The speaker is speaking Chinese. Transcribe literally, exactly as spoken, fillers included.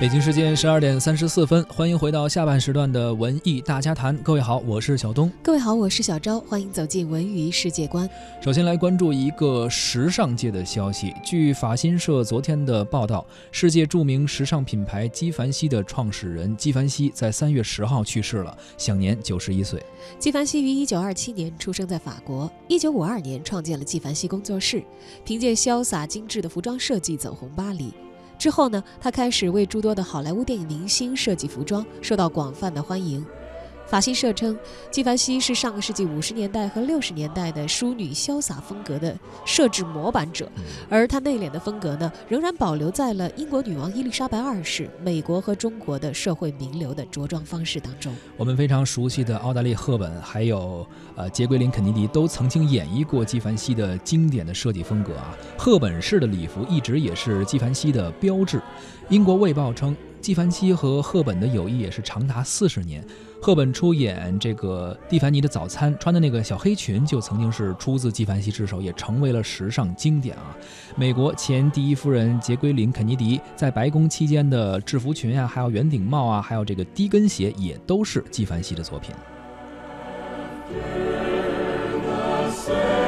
北京时间十二点三十四分，欢迎回到下半时段的文艺大家谈。各位好，我是小东。 各位好，我是小昭，欢迎走进文娱世界观。 首先来关注一个时尚界的消息。据法新社昨天的报道，世界著名时尚品牌纪梵希的创始人纪梵希在三月十号去世了，享年九十一岁。 纪梵希于一九二七年出生在法国，一九五二年创建了纪梵希工作室，凭借潇洒精致的服装设计走红巴黎。之后呢，他开始为诸多的好莱坞电影明星设计服装，受到广泛的欢迎。法新社称，纪梵希是上个世纪五十年代和六十年代的淑女潇洒风格的设置模板者，而她内敛的风格呢，仍然保留在了英国女王伊丽莎白二世、美国和中国的社会名流的着装方式当中。 我们非常熟悉的奥黛丽·赫本，还有呃杰奎琳·肯尼迪都曾经演绎过纪梵希的经典的设计风格啊。赫本式的礼服一直也是纪梵希的标志。英国卫报称，纪梵希和赫本的友谊也是长达四十年。赫本出演这个蒂凡尼的早餐，穿的那个小黑裙就曾经是出自纪梵希之手，也成为了时尚经典啊。美国前第一夫人杰奎琳·肯尼迪在白宫期间的制服裙啊，还有圆顶帽啊，还有这个低跟鞋，也都是纪梵希的作品。